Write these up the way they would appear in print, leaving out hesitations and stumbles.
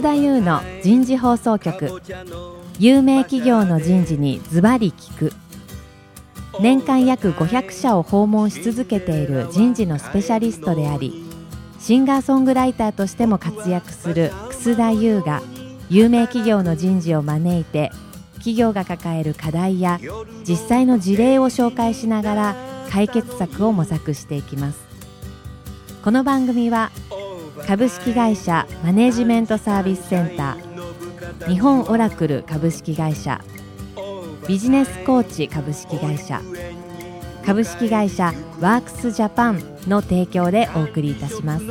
楠田優の人事放送局。有名企業の人事にズバリ聞く。年間約500社を訪問し続けている人事のスペシャリストであり、シンガーソングライターとしても活躍する楠田優が有名企業の人事を招いて、企業が抱える課題や実際の事例を紹介しながら解決策を模索していきます。この番組は株式会社マネジメントサービスセンター、日本オラクル株式会社、ビジネスコーチ株式会社、株式会社ワークスジャパンの提供でお送りいたします。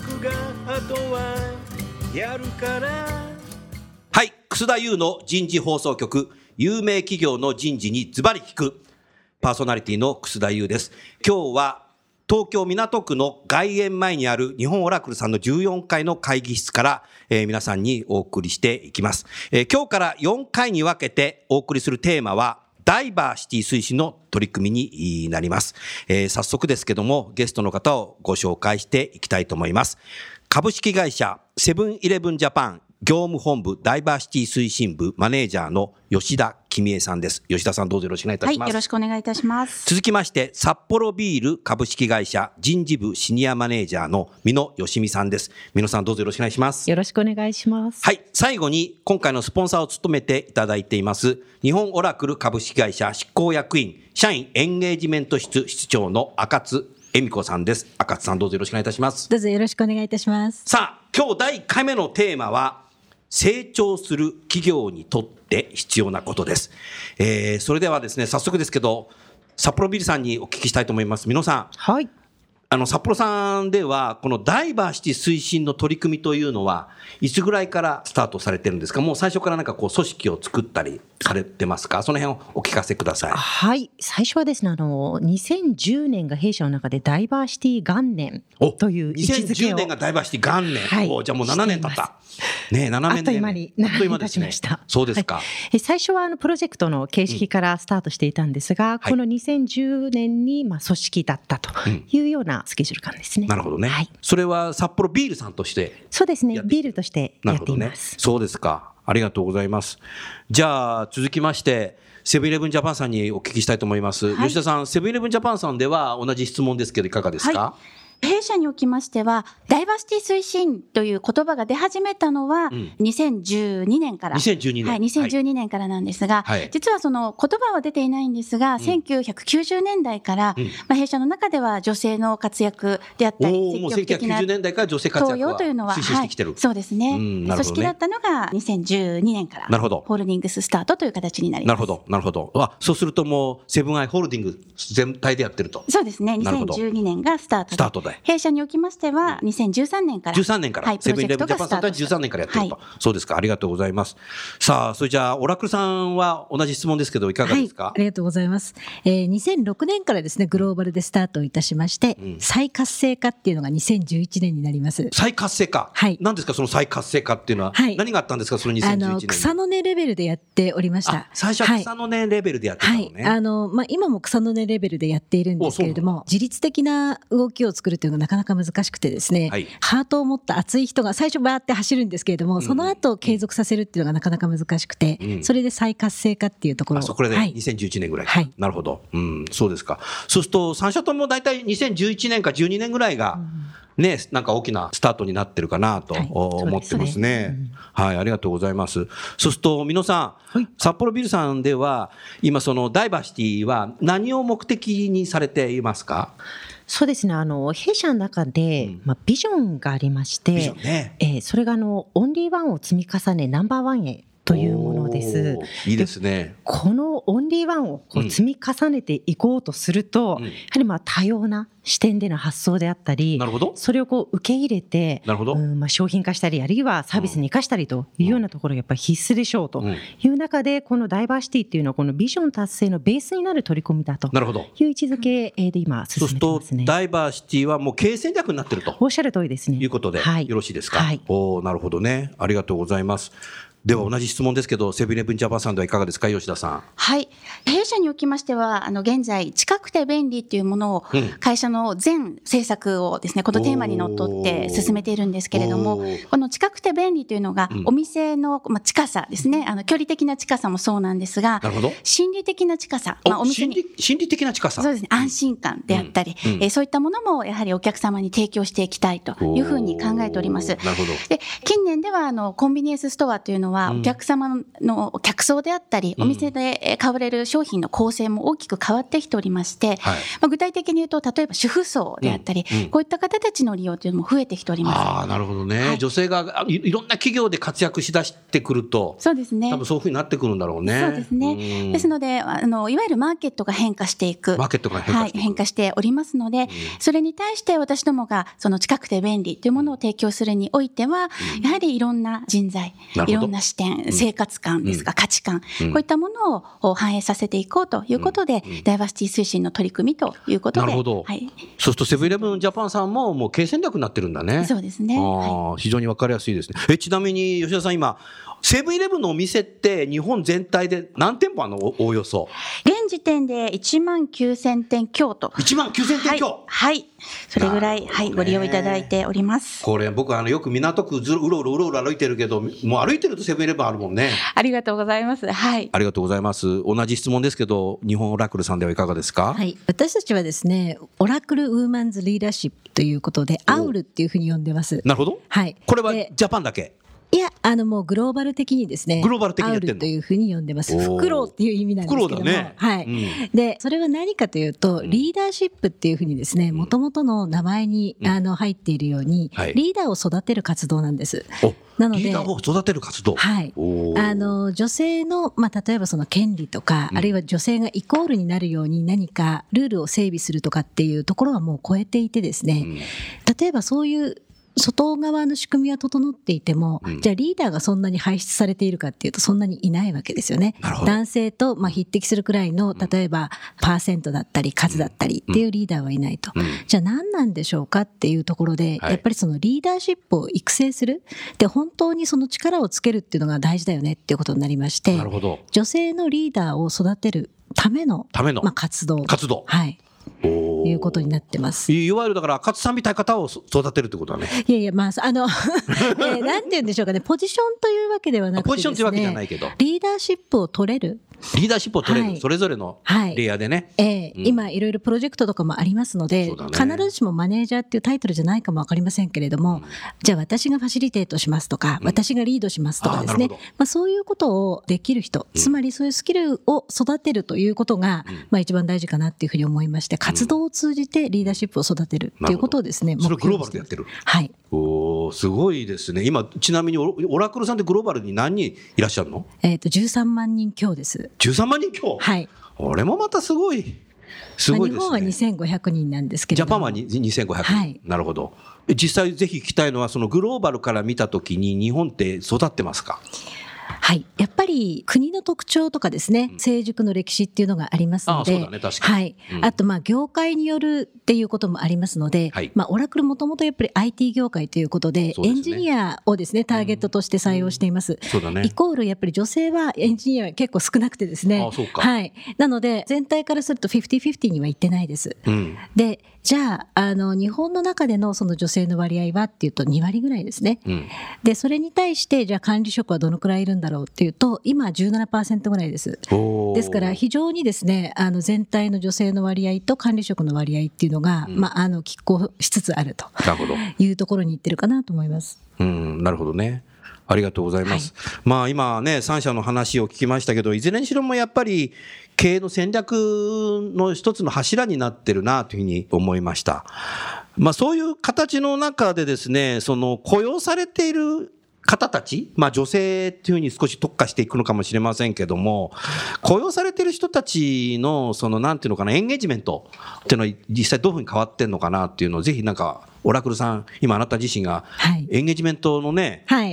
はい、楠田優の人事放送局、有名企業の人事にズバリ聞く。パーソナリティの楠田優です。今日は東京港区の外苑前にある日本オラクルさんの14階の会議室から、皆さんにお送りしていきます。今日から4回に分けてお送りするテーマはダイバーシティ推進の取り組みになります。早速ですけどもゲストの方をご紹介していきたいと思います。株式会社セブンイレブンジャパン業務本部ダイバーシティ推進部マネージャーの吉田君江さんです。吉田さん、どうぞよろしくお願いいたします。 はい、よろしくお願いいたします。 続きまして札幌ビール株式会社人事部シニアマネージャーの美濃よしみさんです。美濃さん、どうぞよろしくお願いします。 よろしくお願いします。 はい、最後に今回のスポンサーを務めていただいています日本オラクル株式会社執行役員社員エンゲージメント室室長の赤津恵美子さんです。赤津さん、どうぞよろしくお願いいたします。 どうぞよろしくお願いいたします。 さあ、今日第1回目のテーマは成長する企業にとって必要なことです。それではですね、早速ですけど札幌ビールさんにお聞きしたいと思います。美濃さん、 はい。 札幌さんではこのダイバーシティ推進の取り組みというのはいつぐらいからスタートされてるんですか？もう最初からなんかこう組織を作ったりされてますか？その辺をお聞かせください。 はい。最初はですね、2010年が弊社の中でダイバーシティ元年という位置づけを。 2010年がダイバーシティ元年。 はい。 じゃあもう7年経った。ね、7年。 あっという間に7年経ちました。 そうですか。 はい、最初はプロジェクトの形式からスタートしていたんですが、この2010年に組織だったというようなスケジュール感ですね。 なるほどね。 はい。 それは札幌ビールさんとして。 そうですね。ビールとしてやっています。 なるほどね。そうですか。ありがとうございます。じゃあ続きましてセブンイレブンジャパンさんにお聞きしたいと思います。はい、吉田さん、セブンイレブンジャパンさんでは同じ質問ですけどいかがですか？ はい、弊社におきましてはダイバーシティ推進という言葉が出始めたのは2012年から、 2012年、 はい、2012年からなんですが、 はい、 実はその言葉は出ていないんですが、1990年代から、弊社の中では女性の活躍であったり積極的な 1990年代から女性活躍は推進してきてる、 そうですね、組織だったのが2012年からなるほどホールディングススタートという形になります。 なるほどなるほど。そうするともうセブンアイホールディング全体でやってると。 そうですね、2012年がスタートで弊社におきましては2013年から 13年から、はい、セブンイレブンジャパンさんとは13年からやってると、はい、そうですか、ありがとうございます。さあ、それじゃあオラクルさんは同じ質問ですけどいかがですか？ はい、ありがとうございます。2006年からですねグローバルでスタートいたしまして、再活性化っていうのが2011年になります。 再活性化、はい、何ですかその再活性化っていうのは、はい、何があったんですかその2011年に。 草の根レベルでやっておりました。 最初は草の根レベルでやってたのね。 はい、今も草の根レベルでやっているんですけれども、自律的な動きを作るというのがなかなか難しくてですね、はい、ハートを持った熱い人が最初バーって走るんですけれども、その後継続させるっていうのがなかなか難しくて、それで再活性化っていうところを。 これで2011年ぐらいか、はい、なるほど、そうですか。そうすると3社とも大体2011年か12年ぐらいが、ね、なんか大きなスタートになってるかなと思ってますね。はい、ありがとうございます。そうすると美濃さん、はい、札幌ビルさんでは今そのダイバーシティは何を目的にされていますか？ そうですね、弊社の中で、ビジョンがありまして、それがオンリーワンを積み重ねナンバーワンへというものです。 いいですね。 このオンリーワンを積み重ねていこうとすると、やはり多様な視点での発想であったり、それを受け入れて、商品化したりあるいはサービスに生かしたりというようなところがやっぱり必須でしょうという中で、このダイバーシティっていうのはこのビジョン達成のベースになる取り組みだという位置づけで今進めてますね。そうするとダイバーシティはもう経営戦略になっているとおっしゃる通りですね。 いうことでよろしいですか？はい、なるほどね、ありがとうございます。 では同じ質問ですけど、セブンイレブンジャパンさんではいかがですか、吉田さん。 はい。弊社におきましては、現在、近くて便利っていうものを、会社の全政策をですね、このテーマにのっとって進めているんですけれども、この近くて便利というのが、お店の近さですね、距離的な近さもそうなんですが、心理的な近さ、お店に心理的な近さ。 そうですね、安心感であったり、そういったものもやはりお客様に提供していきたいというふうに考えております。 なるほど。 で、近年ではコンビニエンスストアというのは、お客様の客層であったり、お店で買われる商品の構成も大きく変わってきておりまして、具体的に言うと、例えば主婦層であったり、こういった方たちの利用というのも増えてきております。 なるほどね。女性がいろんな企業で活躍しだしてくると、 そうですね。 多分そういうふうになってくるんだろうね。 そうですね。ですので、いわゆるマーケットが変化していく。 マーケットが変化しておりますので、それに対して私どもがその近くて便利というものを提供するにおいては、やはりいろんな人材、いろんな視点、生活感ですか、価値観、こういったものを反映させていこうということで、ダイバーシティ推進の取り組みということで。 なるほど。そうするとセブンイレブンジャパンさんももう経営戦略になってるんだね。 そうですね。 非常に分かりやすいですね。ちなみに吉田さん、今セブンイレブンのお店って日本全体で何店舗あるの、おおよそ。 現時点で19,000店強と。 19,000店強。 はい。それぐらい、ご利用いただいております。 これ僕よく港区うろうろ歩いてるけど、もう歩いてるとセブンイレブンあるもんね。 ありがとうございます。はい。 ありがとうございます。同じ質問ですけど、日本オラクルさんではいかがですか。 はい。私たちはですね、オラクルウーマンズリーダーシップということで、アウルっていうふうに呼んでます。 なるほど。 はい。 これはジャパンだけ。 いや、もうグローバル的にですね、 グローバル的にやってんの。 アウルというふうに呼んでます。フクロウっていう意味なんですけども、 フクロウだね。 はい。で、それは何かというと、リーダーシップっていうふうにですね、元々の名前に入っているように、リーダーを育てる活動なんです。なので、 リーダーを育てる活動。 はい。女性の、例えばその権利とか、あるいは女性がイコールになるように何かルールを整備するとかっていうところはもう超えていてですね、例えばそういう外側の仕組みは整っていても、じゃあリーダーがそんなに輩出されているかっていうとそんなにいないわけですよね。男性と匹敵するくらいの例えばパーセントだったり数だったりっていうリーダーはいないと。じゃあ何なんでしょうかっていうところで、やっぱりそのリーダーシップを育成する。で、本当にその力をつけるっていうのが大事だよねっていうことになりまして、女性のリーダーを育てるための活動。はい。いうことになってます。 いわゆるだから勝さんみたいな方を育てるってことだね。 いやいや、なんて言うんでしょうかね、ポジションというわけではなくてですね、 ポジションというわけじゃないけど、 リーダーシップを取れる。 リーダーシップを取れる、それぞれのレイヤーでね。 今いろいろプロジェクトとかもありますので、必ずしもマネージャーっていうタイトルじゃないかもわかりませんけれども、じゃあ私がファシリテートしますとか、私がリードしますとかですね、そういうことをできる人、つまりそういうスキルを育てるということが、一番大事かなっていうふうに思いまして、活動を通じてリーダーシップを育てるっていうことをですね、 それをグローバルでやってる。 はい。 すごいですね。今ちなみにオラクルさんってグローバルに何人いらっしゃるの ？13万人強です。 13万人強。 はい。 これもまたすごいですね。 日本は2500人なんですけど、 ジャパンは2500人。はい、なるほど。実際ぜひ聞きたいのは、そのグローバルから見たときに日本って育ってますか？ はい。やっぱり国の特徴とかですね、成熟の歴史っていうのがありますので、はい。あと業界によるっていうこともありますので、オラクルもともとやっぱり IT 業界ということで、エンジニアをですね、ターゲットとして採用しています。イコールやっぱり女性はエンジニアは結構少なくてですね、はい。なので全体からすると 50-50 にはいってないです。で、じゃあ、日本の中でのその女性の割合はっていうと2割ぐらいですね。で、それに対して、じゃあ管理職はどのくらいいるんだろうっていうと、今 17% ぐらいです。ですから非常にですね、全体の女性の割合と管理職の割合っていうのが、拮抗しつつあるというところにいってるかなと思います。 なるほどね。ありがとうございます。今ね、3社の話を聞きましたけど、いずれにしろもやっぱり経営の戦略の一つの柱になってるなというふうに思いました。そういう形の中でですね、その雇用されている方たち、女性っていうふうに少し特化していくのかもしれませんけども、雇用されている人たちのそのなんていうのかな、エンゲージメントっていうのは実際どういうふうに変わってんのかなっていうのをぜひオラクルさん、今あなた自身がエンゲージメントのね、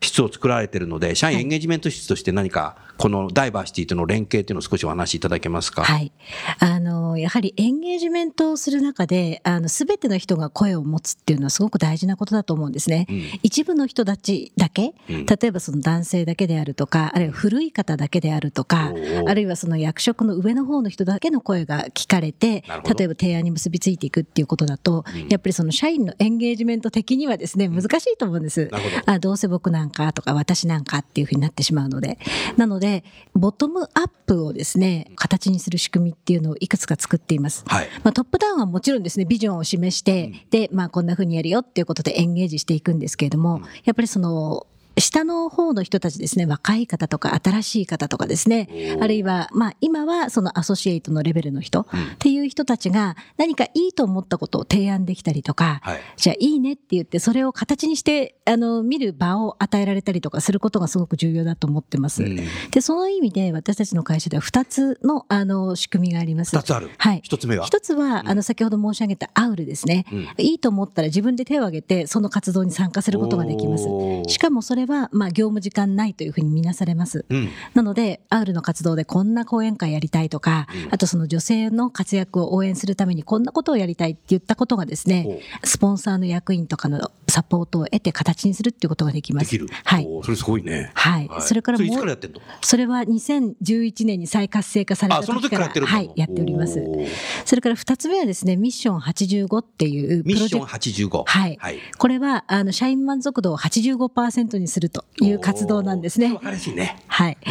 室を作られているので、社員エンゲージメント室として何かこのダイバーシティとの連携というのを少しお話しいただけますか。 はい、やはりエンゲージメントをする中で全ての人が声を持つっていうのはすごく大事なことだと思うんですね、一部の人たちだけ、例えばその男性だけであるとか、あるいは古い方だけであるとか、あるいはその役職の上の方の人だけの声が聞かれて、例えば提案に結びついていくっていうことだと、やっぱりその社員のエンゲージメント的にはですね、難しいと思うんです。どうせ僕なんかとか私なんかっていうふうになってしまうので、なのでボトムアップをですね形にする仕組みっていうのをいくつか作っています、トップダウンはもちろんですねビジョンを示して、でこんなふうにやるよっていうことでエンゲージしていくんですけれども、やっぱりその下の方の人たちですね、若い方とか新しい方とかですね、あるいは今はそのアソシエイトのレベルの人っていう人たちが何かいいと思ったことを提案できたりとか、じゃあいいねって言ってそれを形にして見る場を与えられたりとかすることがすごく重要だと思ってます、でその意味で私たちの会社では2つの仕組みがあります。 2つある、1つ目は 1つは先ほど申し上げたアウルですね、いいと思ったら自分で手を挙げてその活動に参加することができます。しかもそれは業務時間ないというふうに見なされます、なのでアウルの活動でこんな講演会やりたいとか、あとその女性の活躍を応援するためにこんなことをやりたいって言ったことがですね、スポンサーの役員とかのサポートを得て形にするっていうことができます。 できる、それすごいね。 それからもういつからやってんの？ それは2011年に再活性化された時からやっております。それから2つ目はですね、ミッション85っていうプロジェクト。 ミッション85、 これは社員満足度を 85% にするという活動なんですね。 素晴らしいね。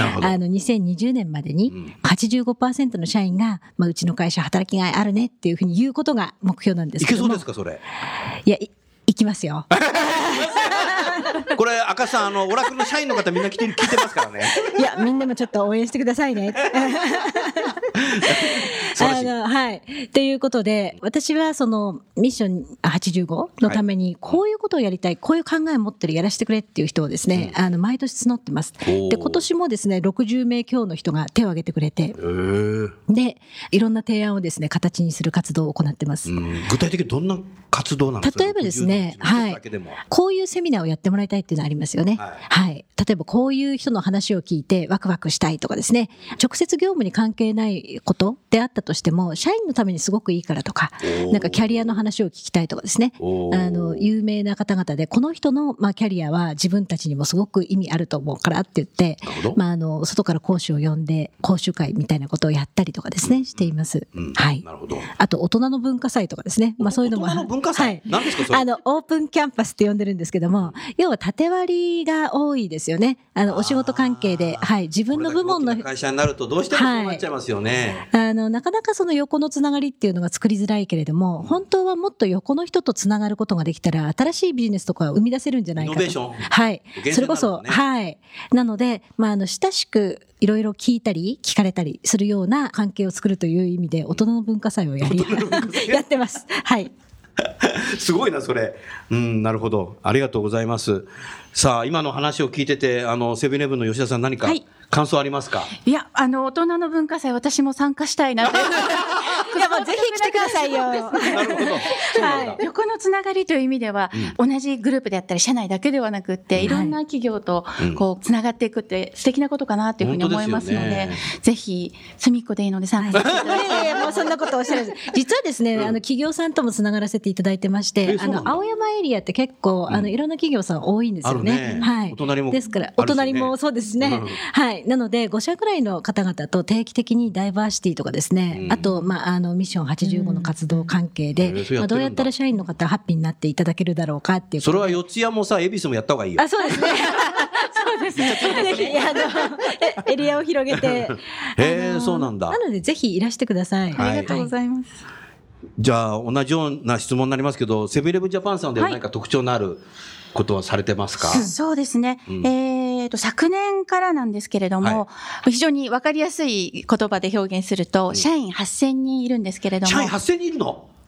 2020年までに 85% の社員が、うちの会社働きがいあるねっていうふうに言うことが目標なんですけども。 いけそうですかそれ？ いや、いきますよ。 これ赤さんオラクルの社員の方みんな聞いてますからね。 いやみんなもちょっと応援してくださいね。ということで私はそのミッション85のためにこういうことをやりたい、こういう考えを持ってる、やらせてくれっていう人をですね、毎年募ってます。で今年もですね60名強の人が手を挙げてくれて、でいろんな提案をですね形にする活動を行ってます。 具体的にどんな活動なんですか？ 例えばですね、こういうセミナーをやってもらいたいっていうのはありますよね。例えばこういう人の話を聞いてワクワクしたいとかですね、直接業務に関係ないことであったとしても社員のためにすごくいいからとか、なんかキャリアの話を聞きたいとかですね、有名な方々でこの人のキャリアは自分たちにもすごく意味あると思うからって言って、外から講師を呼んで講習会みたいなことをやったりとかですねしています。あと大人の文化祭とかですね、そういうのも。 大人の文化祭、何ですかそれ？ オープンキャンパスって呼んでるんですけども、要は縦割りが多いですよね。お仕事関係で、自分の部門の会社になるとどうしてもそうなっちゃいますよね。 なかなかその横のつながりっていうのが作りづらいけれども、本当はもっと横の人とつながることができたら新しいビジネスとかを生み出せるんじゃないかと。 イノベーション、 それこそ、なので、親しくいろいろ聞いたり聞かれたりするような関係を作るという意味で大人の文化祭をやってます。 すごいなそれ。なるほど、ありがとうございます。さあ今の話を聞いててセブンイレブンの吉田さん何か感想ありますか？ いや大人の文化祭私も参加したいなと。 いやもうぜひ来てくださいよ。 なるほど。 横のつながりという意味では、同じグループであったり社内だけではなくっていろんな企業とこうつながっていくって素敵なことかなというふうに思いますので、ぜひ隅っこでいいので参加していただきたい。 もうそんなことおっしゃるんです。実はですね、企業さんともつながらせていただいてまして、青山エリアって結構いろんな企業さん多いんですよね。 お隣もですからお隣もそうですね。なので5社くらいの方々と定期的にダイバーシティとかですね、あとミッション85の活動関係で、どうやったら社員の方ハッピーになっていただけるだろうかっていう。 それは四谷もさ恵比寿もやった方がいいよ。 そうですね。そうですね。ぜひエリアを広げて。 そうなんだ。 なのでぜひいらしてください。 ありがとうございます。 じゃあ同じような質問になりますけど、セブンイレブンジャパンさんでは何か特徴のあることはされてますか？ そうですね。昨年からなんですけれども、非常に分かりやすい言葉で表現すると、社員8000人いるんですけれども。 社員8000人いるの？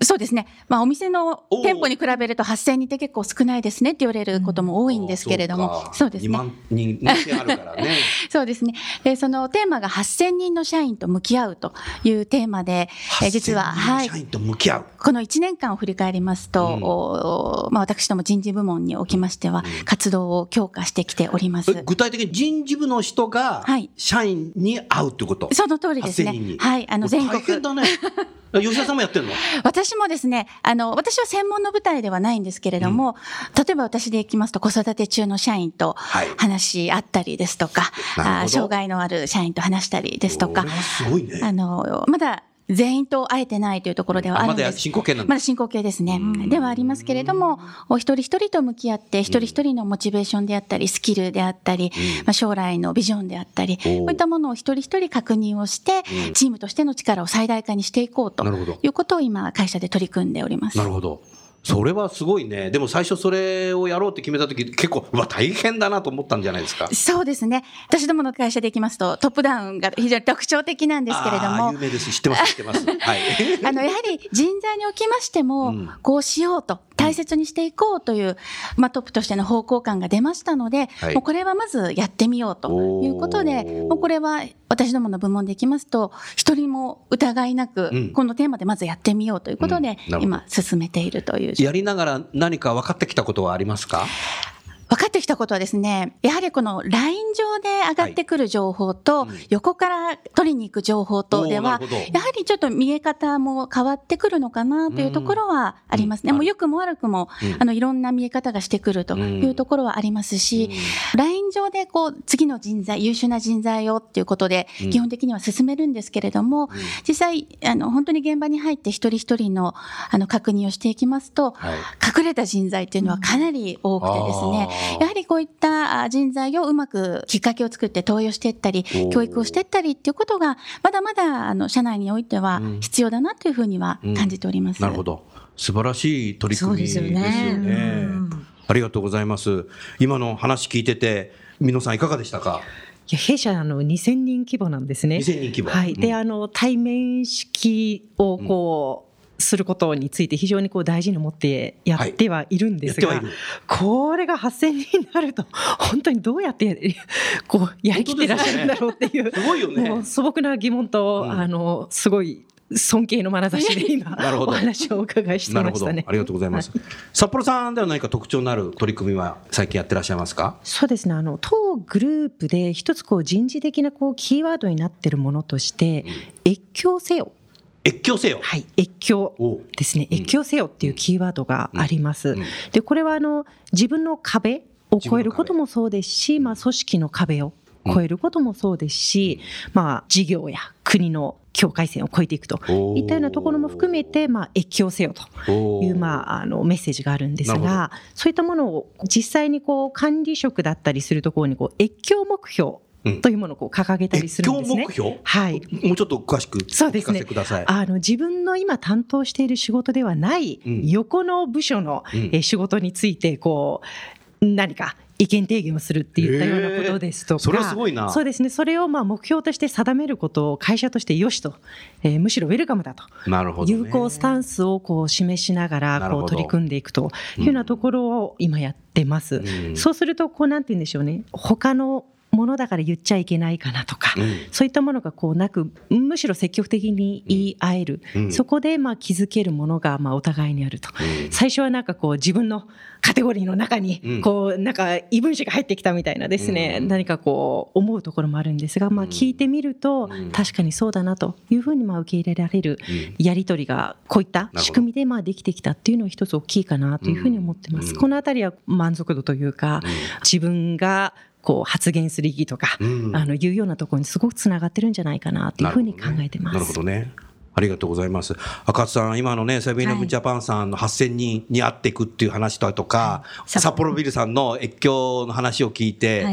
そうですね、お店の店舗に比べると8000人って結構少ないですねって言われることも多いんですけれども、そうですね、 2万人あるからねそうですね。そのテーマが8000人の社員と向き合うというテーマで、実は、 社員と向き合う、 この1年間を振り返りますと、私ども人事部門におきましては、活動を強化してきております。 具体的に人事部の人が社員に会うってこと？ その通りですね。はい、全国。 大変だね。吉田さんもやってるの？ 私もですね、私は専門の部隊ではないんですけれども、例えば私でいきますと、子育て中の社員と話し合ったりですとか、障害のある社員と話したりですとか、 すごいね。 まだ全員と会えてないというところではあるんです。 まだ進行形なんだ。 まだ進行形ですね。ではありますけれども、一人一人と向き合って、一人一人のモチベーションであったり、スキルであったり、将来のビジョンであったり、こういったものを一人一人確認をして、チームとしての力を最大化にしていこうということを今、会社で取り組んでおります。 なるほど。それはすごいね。でも最初それをやろうって決めた時結構大変だなと思ったんじゃないですか？ そうですね。私どもの会社でいきますとトップダウンが非常に特徴的なんですけれども、 有名です。知ってます。はい。 やはり人材におきましても、こうしようと大切にしていこうという、トップとしての方向感が出ましたので、もうこれはまずやってみようということで、もうこれは私どもの部門でいきますと一人も疑いなく、このテーマでまずやってみようということで、今進めているという。 やりながら何か分かってきたことはありますか？ 分かってきたことはですね、やはりこの LINE 上で上がってくる情報と、横から取りに行く情報とでは、やはりちょっと見え方も変わってくるのかなというところはありますね。もう良くも悪くも、いろんな見え方がしてくるというところはありますし、LINE 上で次の人材、優秀な人材をっていうことで、基本的には進めるんですけれども、実際、本当に現場に入って一人一人の、確認をしていきますと、隠れた人材っていうのはかなり多くてですね、やはりこういった人材をうまくきっかけを作って登用していったり、教育をしていったりっていうことが、まだまだ社内においては必要だなというふうには感じております。 なるほど。素晴らしい取り組みですよね。ありがとうございます。今の話聞いてて、美濃さんいかがでしたか？ 弊社2000人規模なんですね。 2000人規模。 はい。で、対面式をすることについて非常に大事に思ってやってはいるんですが、これが8000人になると本当にどうやってやりきってらっしゃるんだろうっていう、 すごいよね。 もう素朴な疑問と、すごい尊敬の眼差しで今お話をお伺いしてましたね。 ありがとうございます。札幌さんでは何か特徴のある取り組みは最近やってらっしゃいますか？ そうですね。当グループで一つ人事的なキーワードになっているものとして、越境せよ。 越境せよ。 はい、越境ですね。越境せよっていうキーワードがあります。で、これは自分の壁を越えることもそうですし、組織の壁を越えることもそうですし、事業や国の境界線を越えていくといったようなところも含めて、越境せよという、メッセージがあるんですが、そういったものを実際に管理職だったりするところに越境目標というものを掲げたりするんですね。 越境目標？ はい。 もうちょっと詳しく聞かせてください。 自分の今担当している仕事ではない横の部署の仕事について何か意見提言をするっていったようなことですとか、 それはすごいな。 そうですね。それを目標として定めることを会社として良しと、むしろウェルカムだと、有効スタンスを示しながら取り組んでいくというようなところを今やってます。そうするとなんて言うんでしょうね。他のものだから言っちゃいけないかなとか、そういったものがなく、むしろ積極的に言い合える、そこで気づけるものがお互いにあると、最初は自分のカテゴリーの中に異分子が入ってきたみたいなですね、何か思うところもあるんですが、聞いてみると確かにそうだなというふうに受け入れられるやり取りがこういった仕組みでできてきたっていうのは一つ大きいかなというふうに思ってます。このあたりは満足度というか、自分が発言する意義とか、いうようなところにすごくつながってるんじゃないかなというふうに考えてます。 なるほどね。ありがとうございます。赤津さん、今のね、セブンイレブンジャパンさんの8000人に会っていくっていう話とか、札幌ビルさんの越境の話を聞いて、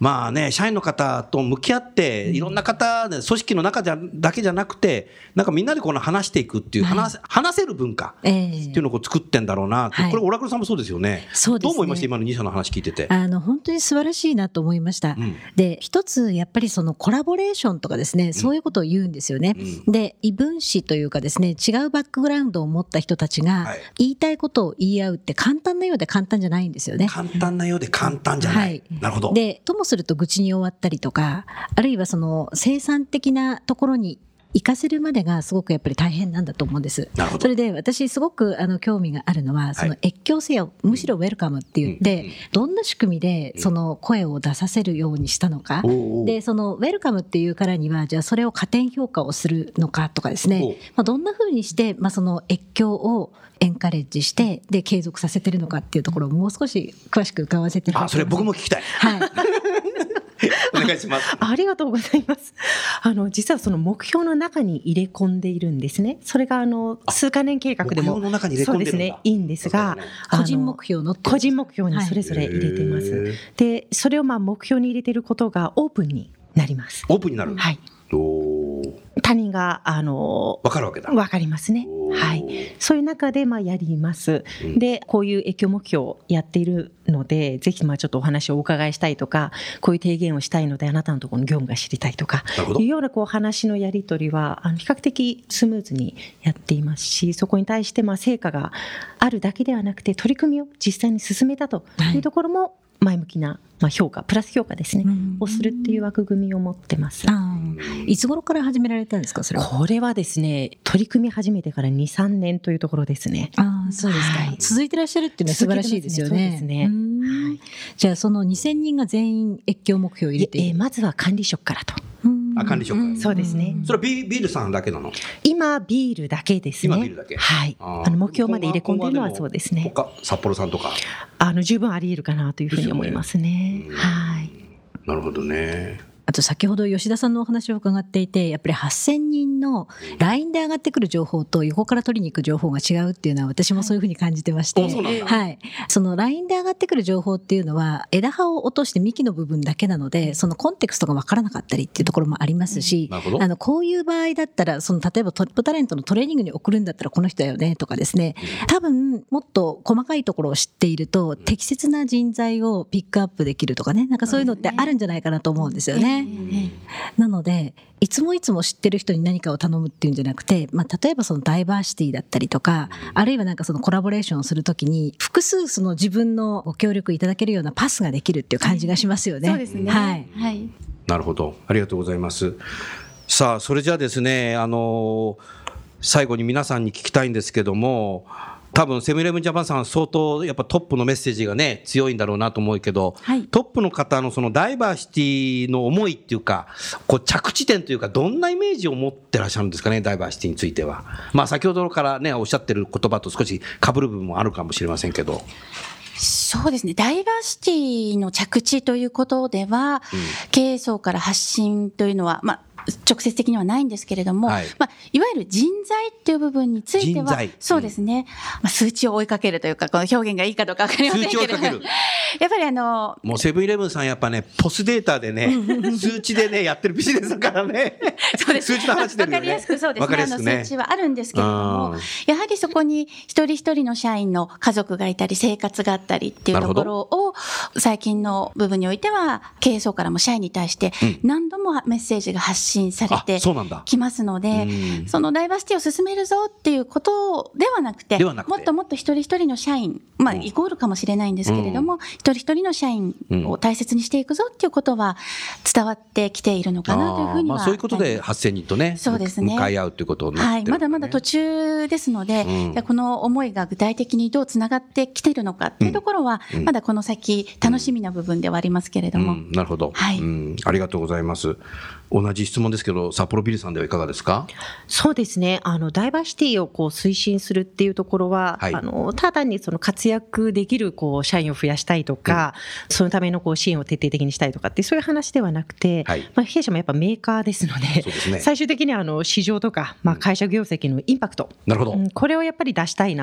まあね、社員の方と向き合っていろんな方で組織の中だけじゃなくて、なんかみんなでこの話していくっていう、話せる文化っていうのを作ってんだろうなって、これオラクルさんもそうですよね。 そうですね。 どう思いました？今の2社の話聞いてて。 本当に素晴らしいなと思いました。で、一つやっぱりそのコラボレーションとかですね、そういうことを言うんですよね。で、異分子というかですね、違うバックグラウンドを持った人たちが言いたいことを言い合うって簡単なようで簡単じゃないんですよね。 簡単なようで簡単じゃない。なるほど。 で、ともすると愚痴に終わったりとか、あるいはその生産的なところに活かせるまでがすごくやっぱり大変なんだと思うんです。それで私すごく興味があるのは、その越境せよ、むしろウェルカムって言って、どんな仕組みでその声を出させるようにしたのか、でそのウェルカムっていうからには、じゃあそれを加点評価をするのかとかですね、どんな風にして、その越境をエンカレッジしてで継続させてるのかっていうところをもう少し詳しく伺わせていただきます。 それ僕も聞きたい。お願いします。 ありがとうございます。実はその目標の中に入れ込んでいるんですね。それが数カ年計画でもそうですね、いいんですが、 個人目標にそれぞれ入れてます。で、それを目標に入れていることがオープンになります。 オープンになる。 はい。他人が分かるわけだ。分かりますね。はい。そういう中でやります。で、こういう越境目標をやっているので、ぜひちょっとお話をお伺いしたいとか、こういう提言をしたいのであなたのところの業務が知りたいとかいうような話のやり取りは比較的スムーズにやっていますし、そこに対して成果があるだけではなくて取り組みを実際に進めたというところも前向きな評価、プラス評価ですね、をするっていう枠組みを持ってます。 いつ頃から始められたんですか、それは？ これはですね、取り組み始めてから2、3年というところですね。 そうですか。続いてらっしゃるっていうのは素晴らしいですよね。 そうですね。 じゃあその2000人が全員越境目標を入れている。 まずは管理職からと。 管理職。 そうですね。 それはビールさんだけなの？ 今ビールだけですね。 今ビールだけ。 はい。目標まで入れ込んでいるのはそうですね。 札幌さんとか十分あり得るかなというふうに思いますね。はい。 なるほどね。 あと先ほど吉田さんのお話を伺っていて、やっぱり8000人の LINE で上がってくる情報と横から取りに行く情報が違うっていうのは私もそういうふうに感じてまして、はい、その LINE で上がってくる情報っていうのは枝葉を落として幹の部分だけなので、そのコンテクストが分からなかったりっていうところもありますし、こういう場合だったら例えばトップタレントのトレーニングに送るんだったらこの人だよねとかですね、多分もっと細かいところを知っていると適切な人材をピックアップできるとかね、なんかそういうのってあるんじゃないかなと思うんですよね。なのでいつも知ってる人に何かを頼むっていうんじゃなくて、例えばそのダイバーシティだったりとか、あるいはなんかそのコラボレーションをするときに複数その自分のご協力いただけるようなパスができるっていう感じがしますよね。 そうですね。 はい。 なるほど。ありがとうございます。さあ、それじゃあですね、最後に皆さんに聞きたいんですけども、多分セブンイレブンジャパンさん相当やっぱトップのメッセージがね強いんだろうなと思うけど、トップの方のそのダイバーシティの思いっていうか、着地点というか、どんなイメージを持ってらっしゃるんですかね、ダイバーシティについては。先ほどからねおっしゃってる言葉と少し被る部分もあるかもしれませんけど。 そうですね。ダイバーシティの着地ということでは、経営層から発信というのは直接的にはないんですけれども、いわゆる人材っていう部分については、そうですね、数値を追いかけるというか、この表現がいいかどうか分かりませんけれども、やっぱりもうセブンイレブンさんやっぱね、ポスデータでね、数値でね、やってるビジネスだからね。 そうです。 数値の話でね。 分かりやすくそうですね。数値はあるんですけれども、やはりそこに一人一人の社員の家族がいたり、生活があったりっていうところを、最近の部分においては、経営層からも社員に対して、何度もメッセージが発信されてきますので、そのダイバーシティを進めるぞっていうことではなくて、もっともっと一人一人の社員、イコールかもしれないんですけれども、一人一人の社員を大切にしていくぞっていうことは伝わってきているのかなというふうには、 そういうことで8000人とね、向かい合うということになってるんだね。 まだまだ途中ですので、この思いが具体的にどうつながってきているのかっていうところは、まだこの先楽しみな部分ではありますけれども。 なるほど。ありがとうございます。同じ質問ですけど、札幌ビルさんではいかがですか？ そうですね、ダイバーシティを推進するっていうところは、ただにその活躍できる社員を増やしたいとか、そのための支援を徹底的にしたいとかってそういう話ではなくて、弊社もやっぱメーカーですので、最終的には市場とか、会社業績のインパクト、これをやっぱり出したいなって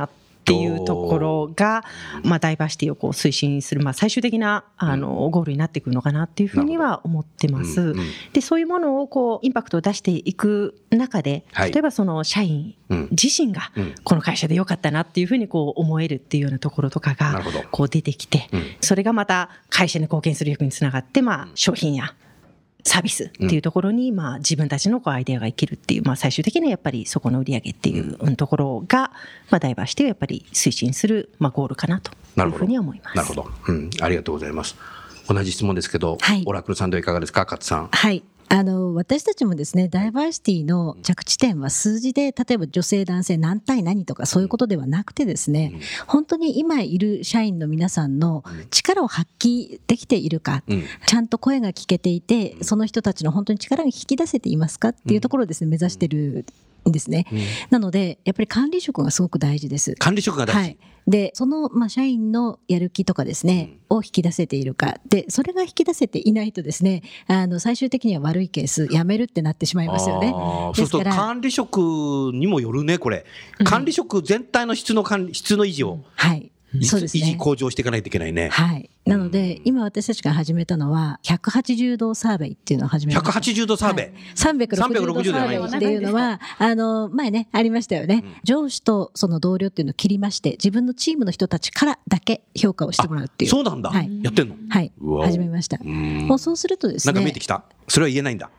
っていうところが、ダイバーシティを推進する、最終的なゴールになってくるのかなっていうふうには思ってます。でそういうものをインパクトを出していく中で、例えばその社員自身がこの会社で良かったなっていうふうに思えるっていうようなところとかが出てきて、それがまた会社に貢献する役につながって、商品やサービスっていうところに自分たちのアイデアが生きるっていう、最終的にはやっぱりそこの売り上げっていうところが、ダイバーシティをやっぱり推進するゴールかなというふうに思います。 なるほど、ありがとうございます。同じ質問ですけど、オラクルさんではいかがですか、勝さん。 はい、私たちもですね、ダイバーシティの着地点は数字で、例えば女性男性何対何とかそういうことではなくてですね、本当に今いる社員の皆さんの力を発揮できているか、ちゃんと声が聞けていて、その人たちの本当に力が引き出せていますかっていうところをですね、目指してるんですね。なのでやっぱり管理職がすごく大事です。 管理職が大事。はい。 でその社員のやる気とかですね、を引き出せているかで、それが引き出せていないとですね、最終的には悪いケース辞めるってなってしまいますよね。 そうすると管理職にもよるね、これ。管理職全体の質の維持を、そうですね、維持向上していかないといけないね。 はい。なので今私たちが始めたのは180度サーベイっていうのを始めました。 180度サーベイ、 360度サーベイっていうのは前ねありましたよね。上司とその同僚っていうのを切りまして、自分のチームの人たちからだけ評価をしてもらうっていう。 そうなんだ、やってんの。 はい、始めました。もうそうするとですね、 なんか見えてきた。それは言えないんだ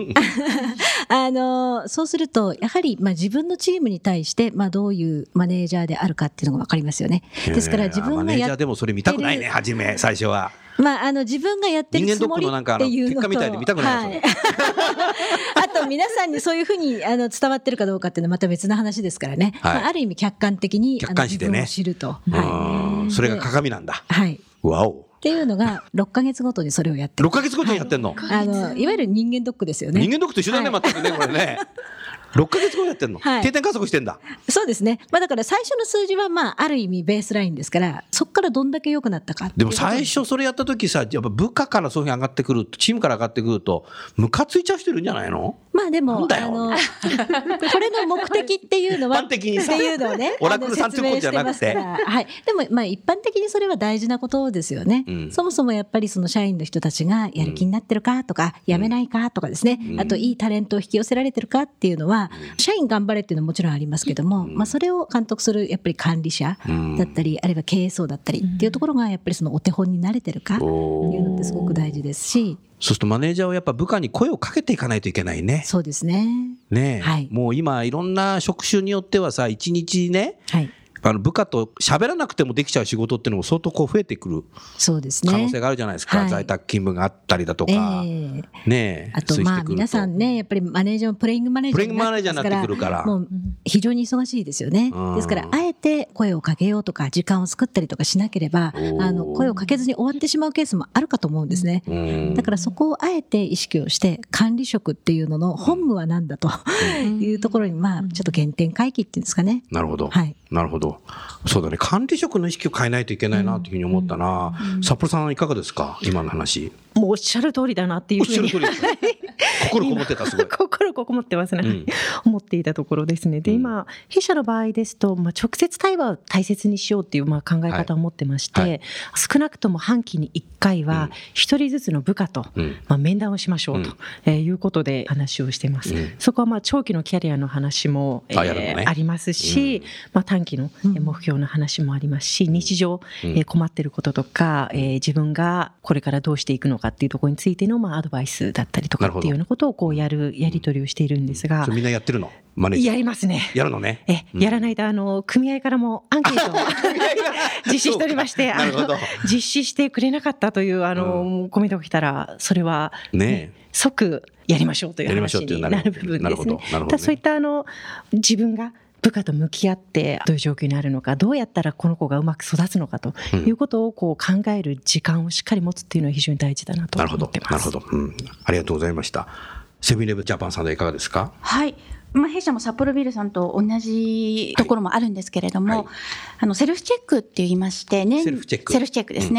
そうするとやはり自分のチームに対してどういうマネージャーであるかっていうのが分かりますよね。ですから自分がマネージャーでもそれ見たくないね、初め最初は。 自分がやってるつもりっていうのと、 結果みたいで見たくない、 あと皆さんにそういうふうに伝わってるかどうかっていうのはまた別の話ですからね、ある意味客観的に自分を知ると、 それが鏡なんだ。 はい、 わおっていうのが6ヶ月ごとにそれをやってる。 6ヶ月ごとにやってんの、 いわゆる人間ドックですよね。 人間ドックと一緒だね、全くね、これね。6ヶ月後やってんの、定点加速してんだ。 そうですね。だから最初の数字はある意味ベースラインですから、そこからどんだけ良くなったかっていう。 でも最初それやった時さ、やっぱ部下からそういうふうに上がってくると、チームから上がってくるとムカついちゃう人いるんじゃないの。 でもこれの目的っていうのは一般的にさっていうのをね、 オラクルさんってことじゃなくて、 はい、でも一般的にそれは大事なことですよね。そもそもやっぱりその社員の人たちがやる気になってるかとか、辞めないかとかですね、あといいタレントを引き寄せられてるかっていうのは、社員頑張れっていうのはもちろんありますけども、それを監督するやっぱり管理者だったり、あるいは経営層だったりっていうところがやっぱりそのお手本に慣れてるかっていうのってすごく大事ですし、 そうするとマネージャーはやっぱ部下に声をかけていかないといけないね。 そうですね。はい、 もう今いろんな職種によってはさ、一日ね、部下と喋らなくてもできちゃう仕事っていうのも相当増えてくる可能性があるじゃないですか。在宅勤務があったりだとか、 あと皆さんね、やっぱりマネージャーもプレイングマネージャーになってくるから、もう非常に忙しいですよね。ですからあえて声をかけようとか時間を作ったりとかしなければ、声をかけずに終わってしまうケースもあるかと思うんですね。だからそこをあえて意識をして、管理職っていうのの本務は何だというところにちょっと原点回帰っていうんですかね。 なるほど、なるほど。そうだね、管理職の意識を変えないといけないなというふうに思ったな。札幌さんはいかがですか、今の話。 もうおっしゃる通りだなっていうふうに心こもってた。すごい心こもってますね、思っていたところですね。で今弊社の場合ですと、直接対話を大切にしようっていう考え方を持ってまして、少なくとも半期に1回は一人ずつの部下と面談をしましょうということで話をしています。そこは長期のキャリアの話もありますし、短期の目標の話もありますし、日常困っていることとか自分がこれからどうしていくのかっていうところについてのアドバイスだったりとかっていうようなことをやり取りをしているんですが、 みんなやってるの？マネージャーやりますね。 やるのね。 やらないと組合からもアンケートを実施しておりまして、実施してくれなかったというコメントが来たら、それは即やりましょうという話になる部分ですね。そういった自分が部下と向き合ってどういう状況にあるのか、どうやったらこの子がうまく育つのかということを考える時間をしっかり持つっていうのは非常に大事だなと思ってます。 なるほど、ありがとうございました。セブンイレブンジャパンさんはいかがですか？ はい、弊社も札幌ビールさんと同じところもあるんですけれども、セルフチェックって言いまして、 セルフチェックですね、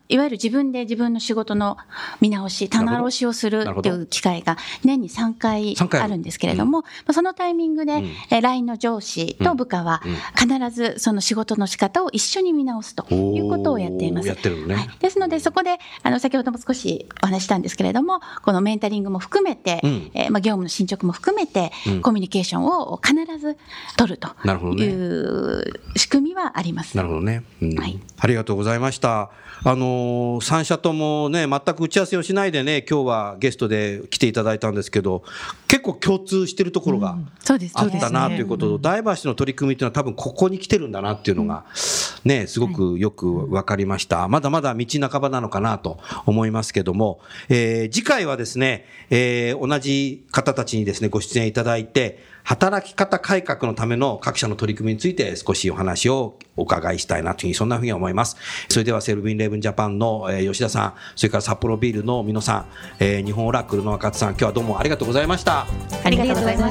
いわゆる自分で自分の仕事の見直し、棚卸しをするっていう機会が年に3回あるんですけれども、そのタイミングで、LINE の上司と部下は必ずその仕事の仕方を一緒に見直すということをやっています。 やってるね。 はい、ですので、そこで先ほども少しお話したんですけれども、このメンタリングも含めて、業務の進捗も含めて、コミュニケーションを必ず取るという仕組みはあります。 なるほどね。はい、ありがとうございました。3社ともね、全く打ち合わせをしないでね、今日はゲストで来ていただいたんですけど、結構共通してるところがあったなということと、ダイバーシティの取り組みというのは多分ここに来てるんだなっていうのがね、すごくよく分かりました。まだまだ道半ばなのかなと思いますけども、次回はですね、同じ方たちにですね、ご出演いただいて、働き方改革のための各社の取り組みについて少しお話をお伺いしたいなという、そんなふうに思います。それではセルブインレブンジャパンの吉田さん、それから札幌ビールの美濃さん、日本オラクルの若津さん、今日はどうもありがとうございました。 ありがとうございました。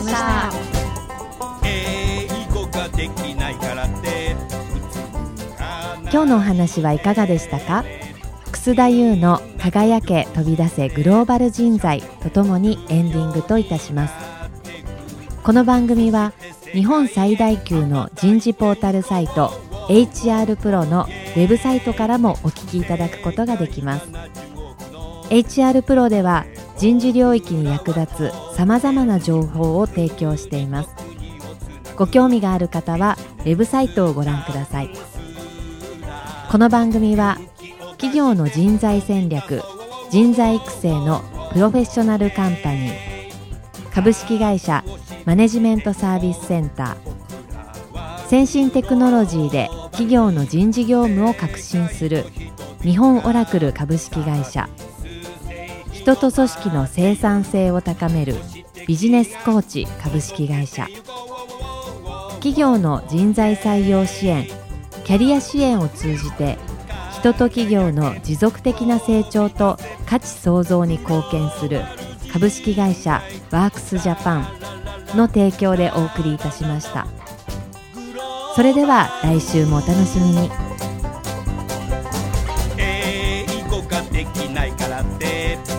今日のお話はいかがでしたか？楠田優の輝け飛び出せグローバル人材とともにエンディングといたします。この番組は日本最大級の人事ポータルサイト HR プロのウェブサイトからもお聞きいただくことができます。 HR プロでは人事領域に役立つさまざまな情報を提供しています。ご興味がある方はウェブサイトをご覧ください。この番組は企業の人材戦略、人材育成のプロフェッショナルカンパニー、株式会社マネジメントサービスセンター、先進テクノロジーで企業の人事業務を革新する日本オラクル株式会社、人と組織の生産性を高めるビジネスコーチ株式会社、企業の人材採用支援、キャリア支援を通じて人と企業の持続的な成長と価値創造に貢献する株式会社ワークスジャパンの提供でお送りいたしました。それでは来週もお楽しみに。 英語ができないからって